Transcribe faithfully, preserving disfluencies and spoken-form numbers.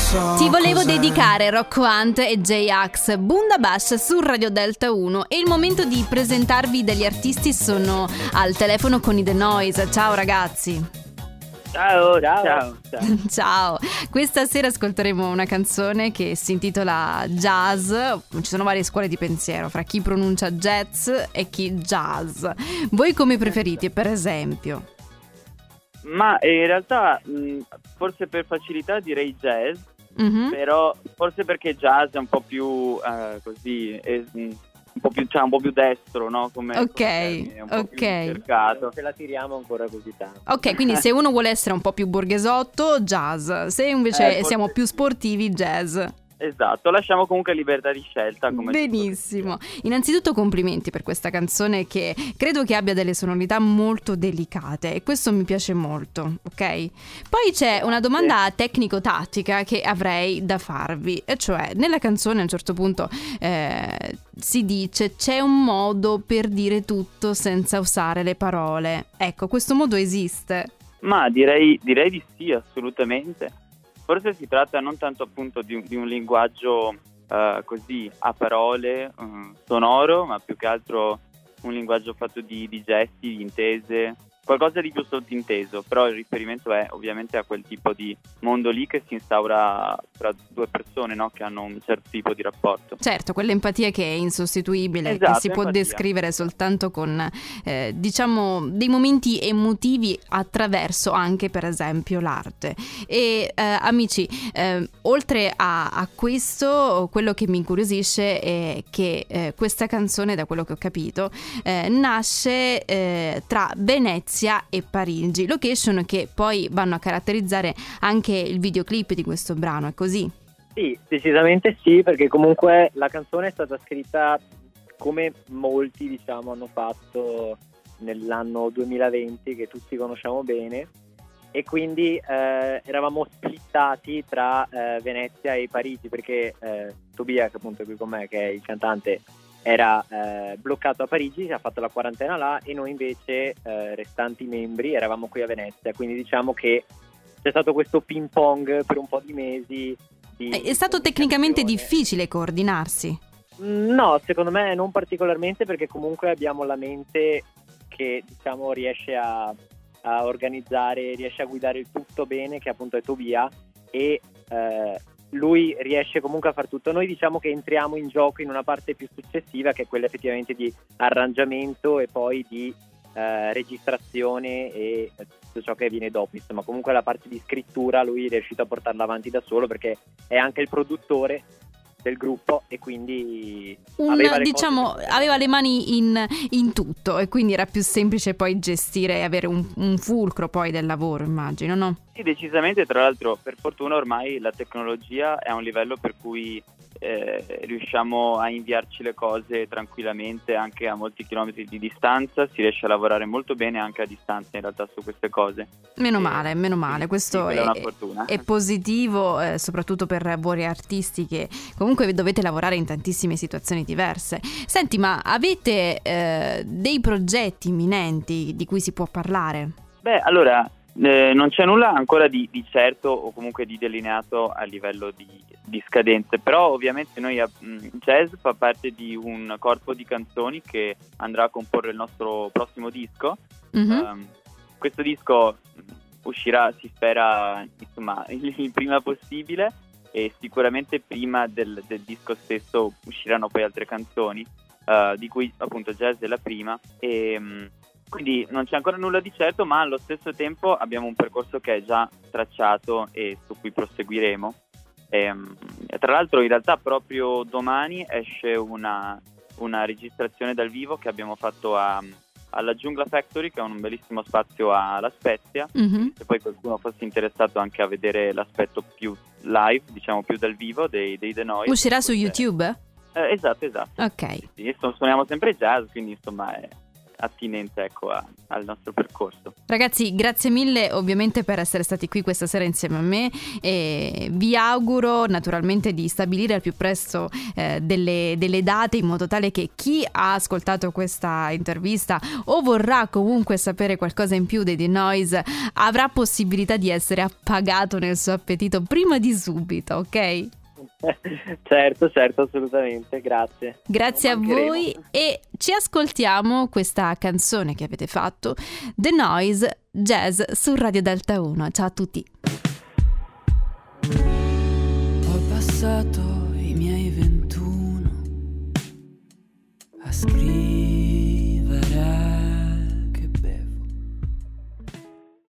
so. Ti volevo cos'è. dedicare Rocco Hunt e J-Ax, Bundabash su Radio Delta uno. È il momento di presentarvi degli artisti. Sono al telefono con i The Noise. Ciao ragazzi. Ciao, ciao, ciao. ciao. Ciao. Questa sera ascolteremo una canzone che si intitola Jazz. Ci sono varie scuole di pensiero fra chi pronuncia jazz e chi jazz. Voi come preferite, per esempio? Ma in realtà mh, forse per facilità direi jazz, mm-hmm. però forse perché jazz è un po' più eh, così è, un po' più, cioè un po' più destro, no? Come, ok, come è un po' ok. più cercato. Se la tiriamo ancora così tanto. Ok, quindi se uno vuole essere un po' più borghesotto, jazz. Se invece eh, siamo più sportivi, jazz. Esatto, lasciamo comunque libertà di scelta. Come benissimo. Innanzitutto complimenti per questa canzone che credo che abbia delle sonorità molto delicate e questo mi piace molto, ok? Poi c'è una domanda tecnico-tattica che avrei da farvi, e cioè nella canzone a un certo punto eh, si dice c'è un modo per dire tutto senza usare le parole. Ecco, questo modo esiste? Ma direi, direi di sì, assolutamente. Forse si tratta non tanto appunto di un, di un linguaggio uh, così a parole, uh, sonoro, ma più che altro un linguaggio fatto di, di gesti, di intese, qualcosa di più sottinteso, però il riferimento è ovviamente a quel tipo di mondo lì che si instaura tra due persone, no? Che hanno un certo tipo di rapporto. Certo, quell'empatia che è insostituibile, esatto, che si può empatia. descrivere soltanto con eh, diciamo dei momenti emotivi attraverso anche per esempio l'arte. E eh, amici, eh, oltre a, a questo, quello che mi incuriosisce è che eh, questa canzone, da quello che ho capito, eh, nasce eh, tra Venezia e Parigi, location che poi vanno a caratterizzare anche il videoclip di questo brano, è così? Sì, decisamente sì, perché comunque la canzone è stata scritta come molti diciamo hanno fatto nell'anno duemilaventi, che tutti conosciamo bene, e quindi eh, eravamo splittati tra eh, Venezia e Parigi, perché eh, Tobia, che appunto è qui con me, che è il cantante, era eh, bloccato a Parigi, si ha fatto la quarantena là, e noi invece eh, restanti membri eravamo qui a Venezia, quindi diciamo che c'è stato questo ping pong per un po' di mesi. Di, è stato tecnicamente difficile coordinarsi? No, secondo me non particolarmente, perché comunque abbiamo la mente che diciamo riesce a, a organizzare, riesce a guidare il tutto bene, che appunto è Tobia, e eh, lui riesce comunque a far tutto. Noi diciamo che entriamo in gioco in una parte più successiva, che è quella effettivamente di arrangiamento e poi di eh, registrazione e tutto ciò che viene dopo. Insomma, comunque la parte di scrittura lui è riuscito a portarla avanti da solo, perché è anche il produttore del gruppo e quindi Un, aveva le diciamo cose... aveva le mani in, in tutto, e quindi era più semplice poi gestire e avere un, un fulcro poi del lavoro, immagino, no? Sì, decisamente. Tra l'altro, per fortuna ormai la tecnologia è a un livello per cui eh, riusciamo a inviarci le cose tranquillamente anche a molti chilometri di distanza. Si riesce a lavorare molto bene anche a distanza in realtà su queste cose. Meno e, male, meno male, sì, questo sì, è, è una fortuna. È positivo, eh, soprattutto per voi artisti che comunque dovete lavorare in tantissime situazioni diverse. Senti, ma avete eh, dei progetti imminenti di cui si può parlare? Beh, allora eh, non c'è nulla ancora di, di certo o comunque di delineato a livello di, di scadenze, però ovviamente noi mh, Jazz fa parte di un corpo di canzoni che andrà a comporre il nostro prossimo disco. Mm-hmm. Um, questo disco uscirà, si spera, insomma, il, il prima possibile, e sicuramente prima del, del disco stesso usciranno poi altre canzoni, uh, di cui appunto Jazz è la prima, e um, quindi non c'è ancora nulla di certo, ma allo stesso tempo abbiamo un percorso che è già tracciato e su cui proseguiremo. E, um, tra l'altro in realtà proprio domani esce una, una registrazione dal vivo che abbiamo fatto a alla Giungla Factory, che è un bellissimo spazio a La Spezia. Mm-hmm. Se poi qualcuno fosse interessato anche a vedere l'aspetto più live, diciamo più dal vivo dei, dei The Noise, uscirà su YouTube? Eh, esatto, esatto. Ok. Sì, sì, suoniamo sempre jazz, quindi insomma è, attinente, ecco, a, al nostro percorso. Ragazzi, grazie mille ovviamente per essere stati qui questa sera insieme a me, e vi auguro naturalmente di stabilire al più presto eh, delle, delle date, in modo tale che chi ha ascoltato questa intervista o vorrà comunque sapere qualcosa in più dei The Noise avrà possibilità di essere appagato nel suo appetito prima di subito, ok? Certo, certo, assolutamente, grazie. Grazie a voi, e ci ascoltiamo questa canzone che avete fatto, The Noise Jazz, su Radio Delta uno. Ciao a tutti. Ho passato i miei ventuno a scrivere